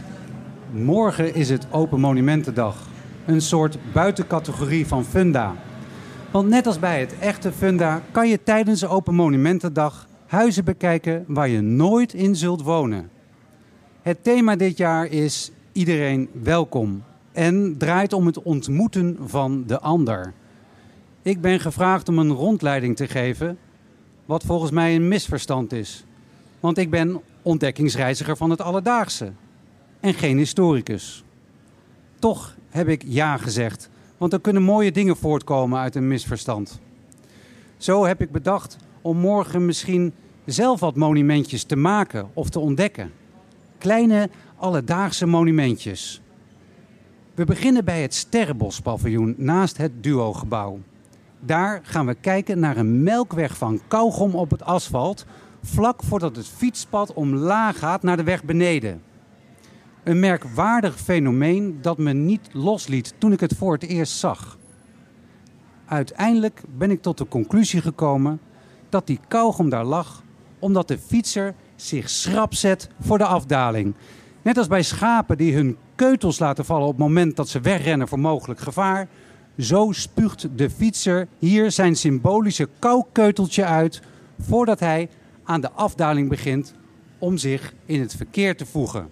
Morgen is het Open Monumentendag. Een soort buitencategorie van funda... Want net als bij het echte funda kan je tijdens de Open Monumentendag huizen bekijken waar je nooit in zult wonen. Het thema dit jaar is iedereen welkom en draait om het ontmoeten van de ander. Ik ben gevraagd om een rondleiding te geven, wat volgens mij een misverstand is. Want ik ben ontdekkingsreiziger van het alledaagse en geen historicus. Toch heb ik ja gezegd. Want er kunnen mooie dingen voortkomen uit een misverstand. Zo heb ik bedacht om morgen misschien zelf wat monumentjes te maken of te ontdekken. Kleine alledaagse monumentjes. We beginnen bij het Sterrenbos-paviljoen naast het Duo-gebouw. Daar gaan we kijken naar een melkweg van kauwgom op het asfalt... vlak voordat het fietspad omlaag gaat naar de weg beneden. Een merkwaardig fenomeen dat me niet losliet toen ik het voor het eerst zag. uiteindelijk ben ik tot de conclusie gekomen dat die kauwgom daar lag omdat de fietser zich schrap zet voor de afdaling. Net als bij schapen die hun keutels laten vallen op het moment dat ze wegrennen voor mogelijk gevaar. Zo spuugt de fietser hier zijn symbolische kauwkeuteltje uit voordat hij aan de afdaling begint om zich in het verkeer te voegen.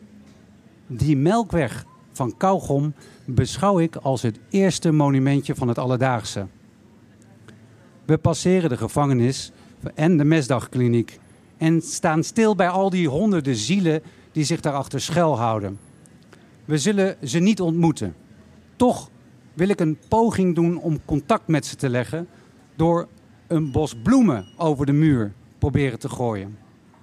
Die melkweg van kauwgom beschouw ik als het eerste monumentje van het alledaagse. We passeren de gevangenis en de mesdagkliniek en staan stil bij al die honderden zielen die zich daarachter schuilhouden. We zullen ze niet ontmoeten. Toch wil ik een poging doen om contact met ze te leggen door een bos bloemen over de muur proberen te gooien.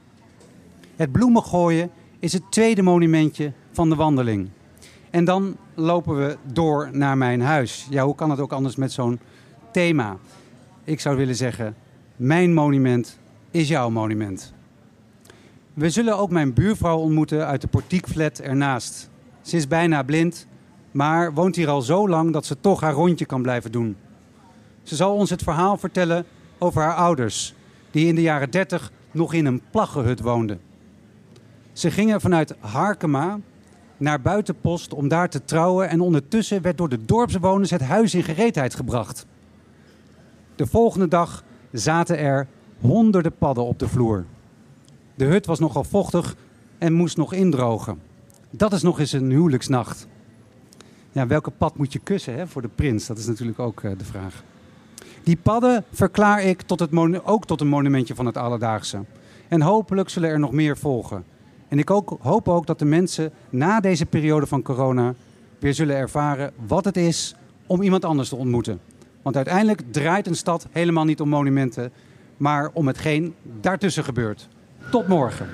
Het bloemen gooien is het tweede monumentje van de wandeling. En dan lopen we door naar mijn huis. Ja, hoe kan het ook anders met zo'n thema? Ik zou willen zeggen, mijn monument is jouw monument. We zullen ook mijn buurvrouw ontmoeten uit de portiekflat ernaast. Ze is bijna blind, maar woont hier al zo lang dat ze toch haar rondje kan blijven doen. Ze zal ons het verhaal vertellen over haar ouders, die in de jaren 30 nog in een plaggenhut woonden. Ze gingen vanuit Harkema naar Buitenpost om daar te trouwen en ondertussen werd door de dorpsbewoners het huis in gereedheid gebracht. De volgende dag zaten er honderden padden op de vloer. De hut was nogal vochtig en moest nog indrogen. Dat is nog eens een huwelijksnacht. Ja, welke pad moet je kussen voor de prins? Dat is natuurlijk ook de vraag. Die padden verklaar ik ook tot een monumentje van het alledaagse. En hopelijk zullen er nog meer volgen. En ik hoop ook dat de mensen na deze periode van corona weer zullen ervaren wat het is om iemand anders te ontmoeten. Want uiteindelijk draait een stad helemaal niet om monumenten, maar om hetgeen daartussen gebeurt. Tot morgen.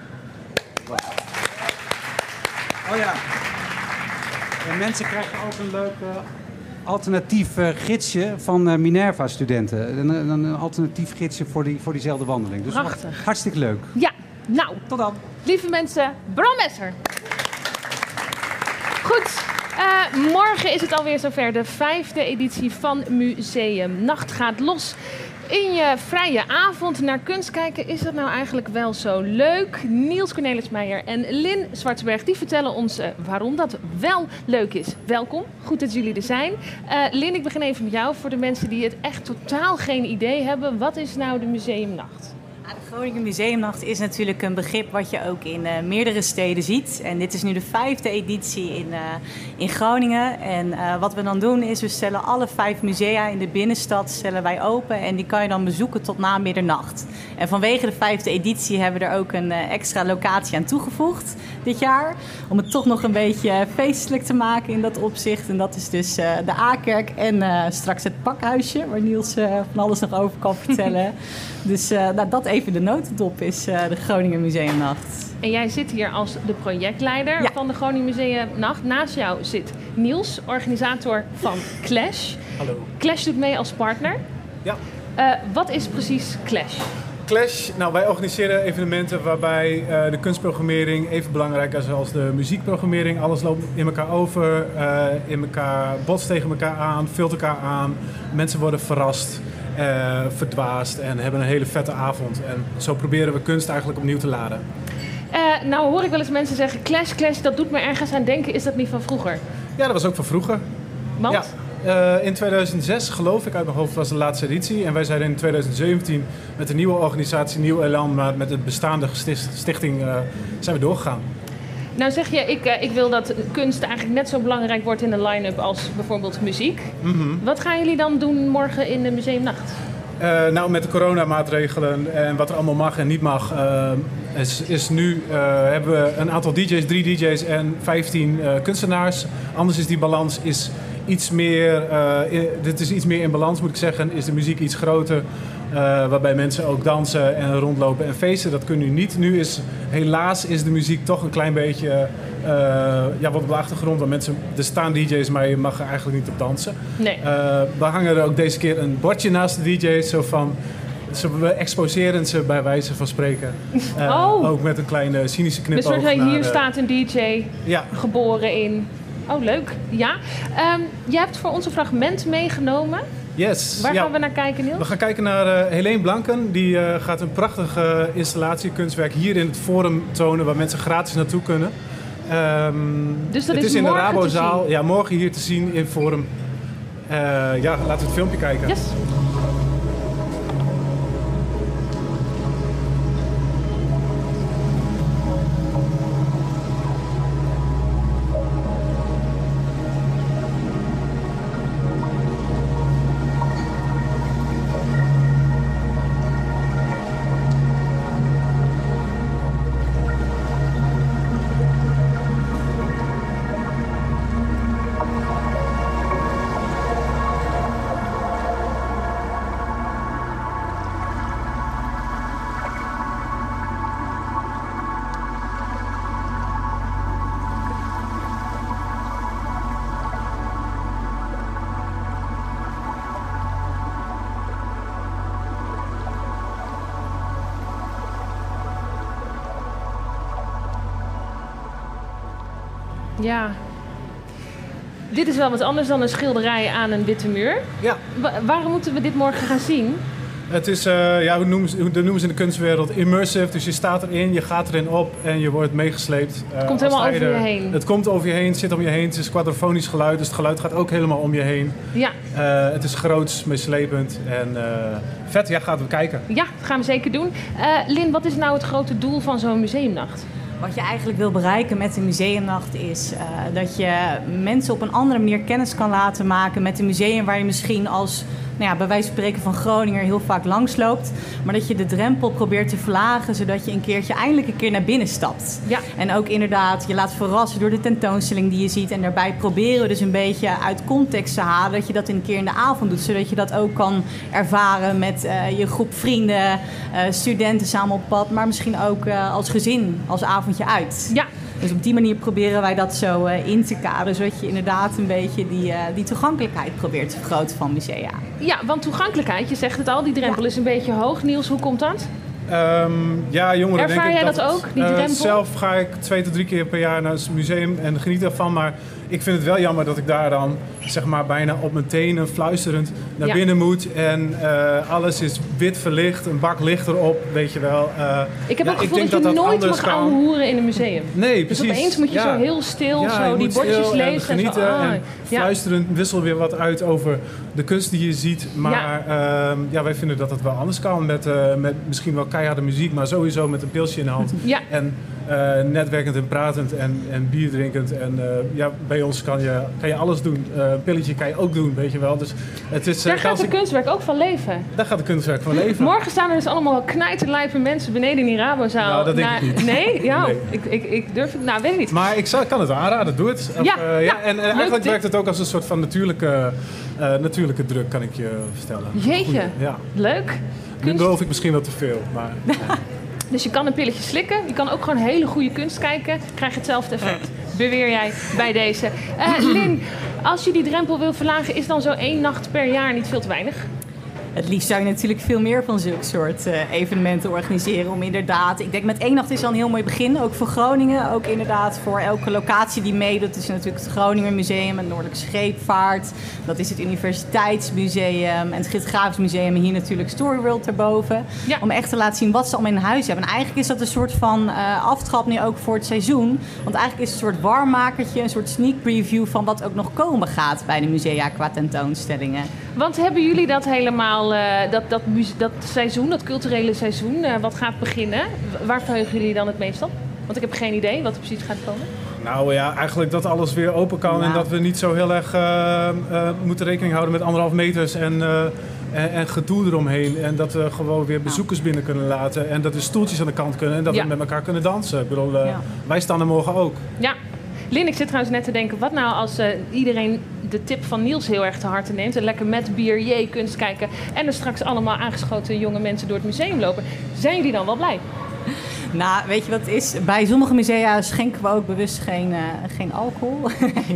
Oh ja. En mensen krijgen ook een leuk alternatief gidsje van Minerva-studenten. Een alternatief gidsje voor diezelfde wandeling. Dus prachtig. Hartstikke leuk. Ja, nou. Tot dan. Lieve mensen, Bram Messer. Goed. Morgen is het alweer zover. De 5e editie van Museum Nacht gaat los. In je vrije avond naar kunst kijken, is dat nou eigenlijk wel zo leuk? Niels Cornelis Meijer en Lynn Zwartsberg die vertellen ons waarom dat wel leuk is. Welkom, goed dat jullie er zijn. Lynn, ik begin even met jou. Voor de mensen die het echt totaal geen idee hebben, wat is nou de Museumnacht? De Groningen Museumnacht is natuurlijk een begrip wat je ook in meerdere steden ziet. En dit is nu de 5e editie in Groningen. En wat we dan doen is, we stellen alle 5 musea in de binnenstad stellen wij open. En die kan je dan bezoeken tot na middernacht. En vanwege de 5e editie hebben we er ook een extra locatie aan toegevoegd dit jaar. Om het toch nog een beetje feestelijk te maken in dat opzicht. En dat is dus de A-kerk en straks het pakhuisje, waar Niels van alles nog over kan vertellen. Dus dat even de notendop is de Groningen Museumnacht. En jij zit hier als de projectleider van de Groningen Museumnacht. Naast jou zit Niels, organisator van Clash. Hallo. Clash doet mee als partner. Ja. Wat is precies Clash? Clash, nou wij organiseren evenementen waarbij de kunstprogrammering even belangrijk is als de muziekprogrammering. Alles loopt in elkaar over, botst tegen elkaar aan, vult elkaar aan. Mensen worden verrast. Verdwaasd en hebben een hele vette avond. En zo proberen we kunst eigenlijk opnieuw te laden. Nou hoor ik wel eens mensen zeggen, Clash, dat doet me ergens aan denken. Is dat niet van vroeger? Ja, dat was ook van vroeger. Want? Ja, in 2006, geloof ik uit mijn hoofd, was de laatste editie. En wij zijn in 2017 met een nieuwe organisatie, Nieuw Elan, maar met het bestaande stichting zijn we doorgegaan. Nou zeg je, ik wil dat kunst eigenlijk net zo belangrijk wordt in de line-up als bijvoorbeeld muziek. Mm-hmm. Wat gaan jullie dan doen morgen in de Museumnacht? Nou, met de coronamaatregelen en wat er allemaal mag en niet mag, is nu hebben we een aantal DJ's, 3 DJ's en 15 kunstenaars. Anders is die balans iets meer, dit is iets meer in balans moet ik zeggen, is de muziek iets groter. Waarbij mensen ook dansen en rondlopen en feesten. Dat kunnen nu niet. Nu is helaas de muziek toch een klein beetje wat op de achtergrond. Want er staan DJ's, maar je mag er eigenlijk niet op dansen. Nee. We hangen er ook deze keer een bordje naast de DJ's. Zo van, we exposeren ze bij wijze van spreken. Ook met een kleine cynische knipoog. Dus hier staat een DJ geboren in... Oh, leuk. Ja. Je hebt voor ons een fragment meegenomen. Yes. Waar gaan we naar kijken, Niels? We gaan kijken naar Helene Blanken. Die gaat een prachtige installatie, kunstwerk hier in het Forum tonen, waar mensen gratis naartoe kunnen. Dus dat het is in de Rabozaal. Ja, morgen hier te zien in Forum. Laten we het filmpje kijken. Yes. Ja. Dit is wel wat anders dan een schilderij aan een witte muur. Ja. Waarom moeten we dit morgen gaan zien? Het is, hoe noemen ze in de kunstwereld, immersive. Dus je staat erin, je gaat erin op en je wordt meegesleept. Het komt helemaal over je heen. Het komt over je heen, het zit om je heen. Het is quadrofonisch geluid, dus het geluid gaat ook helemaal om je heen. Ja. Het is groots, meeslepend en vet. Ja, gaan we kijken. Ja, dat gaan we zeker doen. Lin, wat is nou het grote doel van zo'n museumnacht? Wat je eigenlijk wil bereiken met een museumnacht is dat je mensen op een andere manier kennis kan laten maken met een museum waar je misschien als, bij wijze van spreken van Groninger heel vaak langsloopt. Maar dat je de drempel probeert te verlagen, zodat je eindelijk een keer naar binnen stapt. Ja. En ook inderdaad je laat verrassen door de tentoonstelling die je ziet. En daarbij proberen we dus een beetje uit context te halen dat je dat een keer in de avond doet. Zodat je dat ook kan ervaren met je groep vrienden, studenten samen op pad. Maar misschien ook als gezin, als avondje uit. Ja. Dus op die manier proberen wij dat zo in te kaderen, zodat je inderdaad een beetje die toegankelijkheid probeert te vergroten van musea. Ja, want toegankelijkheid, je zegt het al, die drempel is een beetje hoog. Niels, hoe komt dat? Jongeren Ervaar jij dat ook, die drempel? Zelf ga ik 2 tot 3 keer per jaar naar het museum en geniet ervan. Maar ik vind het wel jammer dat ik daar dan bijna op mijn tenen fluisterend naar binnen moet. En alles is wit verlicht, een bak licht erop, weet je wel. Ik heb het gevoel dat je nooit mag aanhoeren in een museum. Nee, precies. Dus opeens moet je zo heel stil zo die bordjes lezen en genieten en fluisterend wissel weer wat uit over de kunst die je ziet. Maar wij vinden dat het wel anders kan met misschien wel keiharde muziek, maar sowieso met een pilsje in de hand. Ja. En netwerkend en pratend en bier drinkend. En bij ons kan je alles doen. Een pilletje kan je ook doen, weet je wel. Dus het is, daar gaat de kunstwerk ook van leven. Daar gaat de kunstwerk van leven. Morgen staan er dus allemaal knijterlijpe mensen beneden in die Rabozaal. Nou, dat denk ik niet. Nee? Ja, nee. Ik durf het, weet ik niet. Maar ik kan het aanraden, doe het. En eigenlijk werkt het ook als een soort van natuurlijke druk, kan ik je vertellen. Jeetje, leuk. Nu beloof ik misschien wel te veel, maar... Dus je kan een pilletje slikken. Je kan ook gewoon hele goede kunst kijken. Krijg je hetzelfde effect. Beweer jij bij deze. Lin, als je die drempel wil verlagen, is dan zo 1 nacht per jaar niet veel te weinig? Het liefst zou je natuurlijk veel meer van zulke soort evenementen organiseren. Om inderdaad, ik denk met 1 nacht is al een heel mooi begin. Ook voor Groningen, ook inderdaad voor elke locatie die meedoet. Dat is natuurlijk het Groninger Museum, het Noordelijke Scheepvaart. Dat is het Universiteitsmuseum en het Geografisch Museum. En hier natuurlijk Storyworld erboven. Ja. Om echt te laten zien wat ze allemaal in huis hebben. En eigenlijk is dat een soort van aftrap nu ook voor het seizoen. Want eigenlijk is het een soort warmmakertje, een soort sneak preview van wat ook nog komen gaat bij de musea qua tentoonstellingen. Want hebben jullie dat helemaal, dat seizoen, dat culturele seizoen, wat gaat beginnen? Waar verheugen jullie dan het meest op? Want ik heb geen idee wat er precies gaat komen. Nou ja, eigenlijk dat alles weer open kan en dat we niet zo heel erg moeten rekening houden met 1,5 meters en gedoe eromheen. En dat we gewoon weer bezoekers binnen kunnen laten en dat we stoeltjes aan de kant kunnen en dat we met elkaar kunnen dansen. Ik bedoel, wij staan er morgen ook. Ja. Lin, ik zit trouwens net te denken, wat nou als iedereen de tip van Niels heel erg te harte neemt en lekker met bier, kunst kijken en er straks allemaal aangeschoten jonge mensen door het museum lopen. Zijn jullie dan wel blij? Nou, weet je wat het is? Bij sommige musea schenken we ook bewust geen alcohol.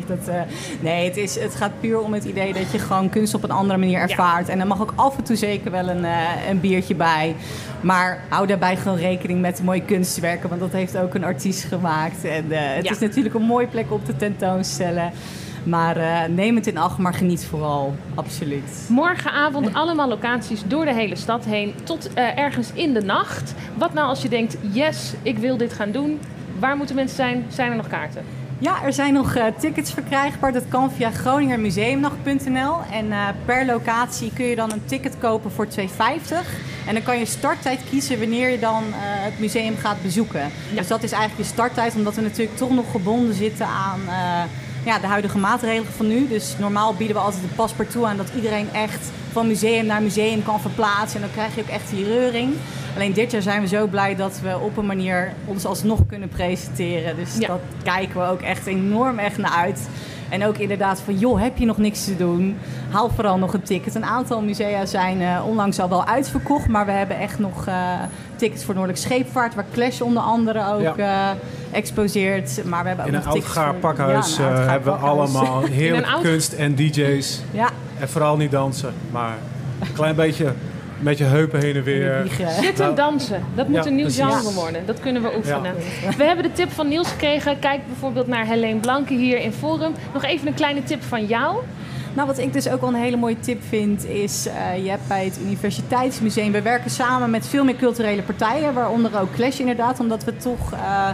Het gaat puur om het idee dat je gewoon kunst op een andere manier ervaart. Ja. En er mag ook af en toe zeker wel een biertje bij. Maar hou daarbij gewoon rekening met de mooie kunstwerken, want dat heeft ook een artiest gemaakt. En het is natuurlijk een mooie plek om te tentoonstellen. Maar neem het in acht, maar geniet vooral. Absoluut. Morgenavond allemaal locaties door de hele stad heen tot ergens in de nacht. Wat nou als je denkt, yes, ik wil dit gaan doen. Waar moeten mensen zijn? Zijn er nog kaarten? Ja, er zijn nog tickets verkrijgbaar. Dat kan via groningermuseumnacht.nl. En per locatie kun je dan een ticket kopen voor €2,50. En dan kan je starttijd kiezen wanneer je dan het museum gaat bezoeken. Ja. Dus dat is eigenlijk je starttijd, omdat we natuurlijk toch nog gebonden zitten aan de huidige maatregelen van nu. Dus normaal bieden we altijd een paspartout aan dat iedereen echt van museum naar museum kan verplaatsen. En dan krijg je ook echt die reuring. Alleen dit jaar zijn we zo blij dat we op een manier ons alsnog kunnen presenteren. Dus dat kijken we ook echt enorm naar uit. En ook inderdaad van, joh, heb je nog niks te doen? Haal vooral nog een ticket. Een aantal musea zijn onlangs al wel uitverkocht. Maar we hebben echt nog tickets voor Noordelijk Scheepvaart. Waar Clash onder andere ook exposeert. Maar we hebben ook in nog een tickets Oudgaar-pakhuis hebben we allemaal heerlijke kunst en DJ's. Ja. En vooral niet dansen, maar een klein beetje met je heupen heen en weer. Zitten dansen, dat moet een nieuw genre worden. Dat kunnen we oefenen. Ja. We hebben de tip van Niels gekregen. Kijk bijvoorbeeld naar Helene Blanke hier in Forum. Nog even een kleine tip van jou. Nou, wat ik dus ook wel een hele mooie tip vind is, je hebt bij het Universiteitsmuseum, we werken samen met veel meer culturele partijen, waaronder ook Clash inderdaad, omdat we toch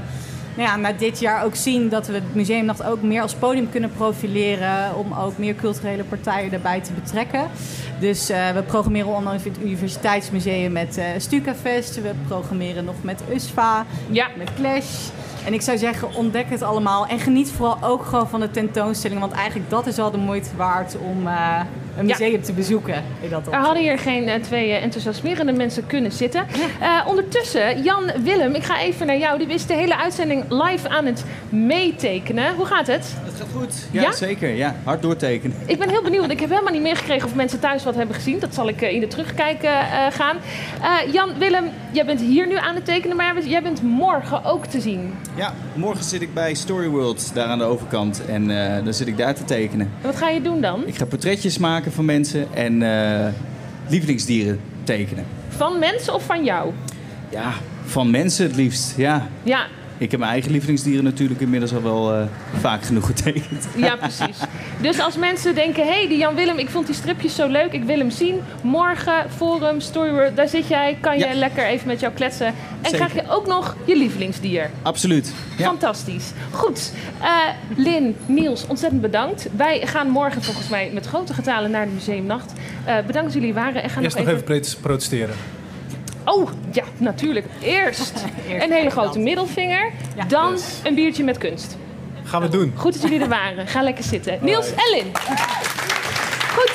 na dit jaar ook zien dat we het Museumnacht ook meer als podium kunnen profileren, om ook meer culturele partijen erbij te betrekken. Dus we programmeren onder het Universiteitsmuseum met Stukafest, we programmeren nog met USFA, met Clash. En ik zou zeggen, ontdek het allemaal en geniet vooral ook gewoon van de tentoonstelling. Want eigenlijk dat is al de moeite waard om een museum te bezoeken. Er hadden hier geen twee enthousiasmerende mensen kunnen zitten. Ondertussen, Jan Willem, ik ga even naar jou. Die is de hele uitzending live aan het meetekenen. Hoe gaat het? Het gaat goed. Ja, zeker. Ja, hard doortekenen. Ik ben heel benieuwd, want ik heb helemaal niet meegekregen of mensen thuis wat hebben gezien. Dat zal ik in de terugkijk gaan. Jan Willem, jij bent hier nu aan het tekenen, maar jij bent morgen ook te zien. Ja, morgen zit ik bij Storyworld, daar aan de overkant. En dan zit ik daar te tekenen. En wat ga je doen dan? Ik ga portretjes maken van mensen en lievelingsdieren tekenen. Van mensen of van jou? Ja, van mensen het liefst, ja. Ja. Ik heb mijn eigen lievelingsdieren natuurlijk inmiddels al wel vaak genoeg getekend. Ja, precies. Dus als mensen denken, die Jan Willem, ik vond die stripjes zo leuk, ik wil hem zien. Morgen, Forum, Storyworld, daar zit jij, kan je lekker even met jou kletsen. En zeker. Krijg je ook nog je lievelingsdier. Absoluut. Ja. Fantastisch. Goed. Lin, Niels, ontzettend bedankt. Wij gaan morgen volgens mij met grote getalen naar de Museumnacht. Bedankt dat jullie waren. En gaan eerst nog even protesteren. Oh, ja, natuurlijk. Eerst een hele grote middelvinger. Ja, dan een biertje met kunst. Gaan we doen. Goed dat jullie er waren. Ga lekker zitten. Niels en Lin. Goed.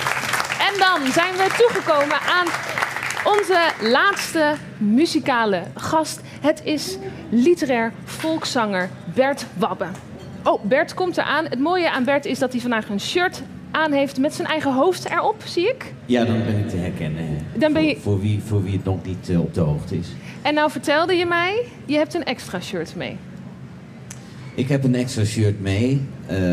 En dan zijn we toegekomen aan onze laatste muzikale gast. Het is literair volkszanger Bert Wabbe. Oh, Bert komt eraan. Het mooie aan Bert is dat hij vandaag een shirt aan heeft met zijn eigen hoofd erop, zie ik. Ja, dan ben ik te herkennen. Dan ben je... voor wie het nog niet op de hoogte is. En nou vertelde je mij, je hebt een extra shirt mee. Ik heb een extra shirt mee.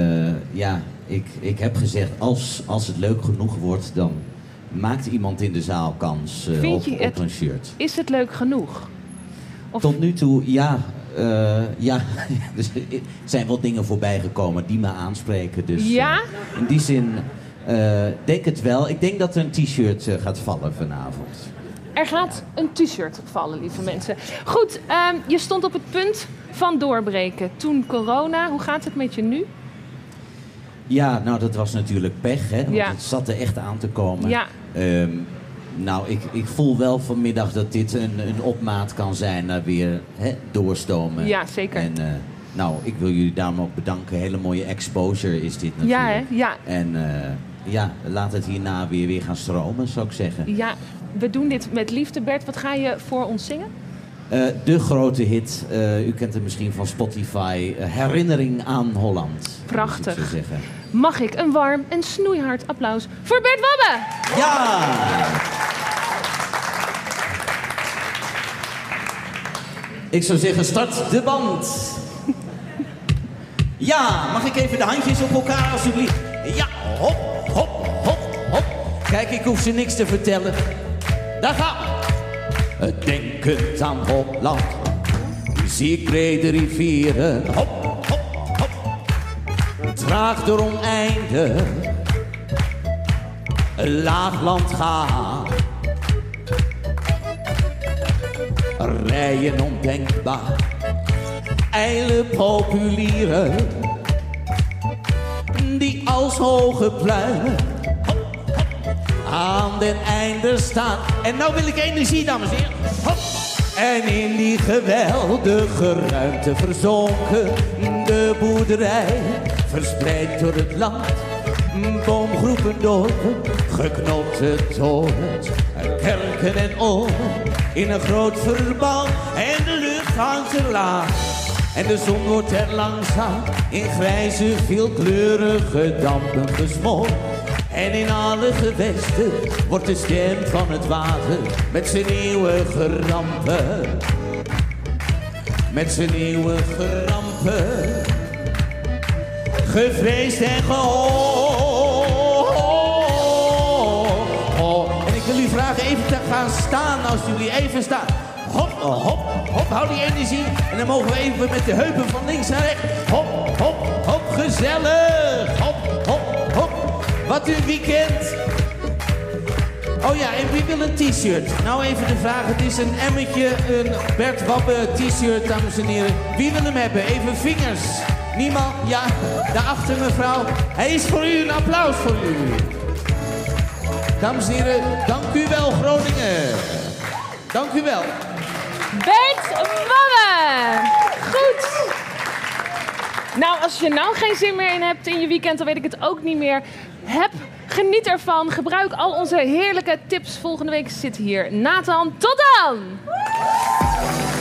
Ik heb gezegd, als het leuk genoeg wordt, dan maakt iemand in de zaal kans op een shirt. Is het leuk genoeg? Of... Tot nu toe, ja. Dus er zijn wel dingen voorbij gekomen die me aanspreken. Dus in die zin denk het wel. Ik denk dat er een t-shirt gaat vallen vanavond. Er gaat een t-shirt vallen, lieve mensen. Goed, je stond op het punt van doorbreken. Toen corona, hoe gaat het met je nu? Ja, nou dat was natuurlijk pech, hè. Want het zat er echt aan te komen. Ja. Ik voel wel vanmiddag dat dit een opmaat kan zijn naar weer doorstomen. Ja, zeker. En ik wil jullie daarom ook bedanken. Hele mooie exposure is dit natuurlijk. Ja, hè? Ja. En laat het hierna weer gaan stromen, zou ik zeggen. Ja, we doen dit met liefde. Bert, wat ga je voor ons zingen? De grote hit, u kent het misschien van Spotify, Herinnering aan Holland. Prachtig. Zo zeggen. Mag ik een warm en snoeihard applaus voor Bert Wabbe? Ja! Ik zou zeggen, start de band. Ja, mag ik even de handjes op elkaar alsjeblieft? Ja, hop, hop, hop, hop. Kijk, ik hoef ze niks te vertellen. Daar gaan we. Denkend aan Holland, zie ik brede rivieren. Hop, hop, hop. Vraag door oneindig, een laag land gaat. Rijen ondenkbaar, ijle populieren, die als hoge pluimen aan den einde staan. En nou wil ik energie, dames en heren. Hop. En in die geweldige ruimte verzonken, de boerderij verspreid door het land. Boomgroepen, dorpen, geknopte torens, kerken en oren in een groot verband. En de lucht hangt er laag en de zon wordt er langzaam in grijze, veelkleurige dampen gesmoord. En in alle gewesten wordt de stem van het water met zijn eeuwige rampen, met zijn eeuwige rampen, gevreesd en gehoord. En ik wil u vragen even te gaan staan als jullie even staan. Hop, hop, hop, hou die energie. En dan mogen we even met de heupen van links naar rechts. Hop, hop, hop, gezellig. Hop, hop, hop. Wat een weekend. Oh ja, en wie wil een t-shirt? Nou even de vraag, het is een emmetje, een Bert Wabbe t-shirt, dames en heren. Wie wil hem hebben? Even vingers. Niemand? Ja, daarachter mevrouw. Hij is voor u, een applaus voor u. Dames en heren, dank u wel Groningen. Dank u wel. Bert Wabbe. Goed. Nou, als je nou geen zin meer in hebt in je weekend, dan weet ik het ook niet meer. Geniet ervan. Gebruik al onze heerlijke tips. Volgende week zit hier Nathan. Tot dan!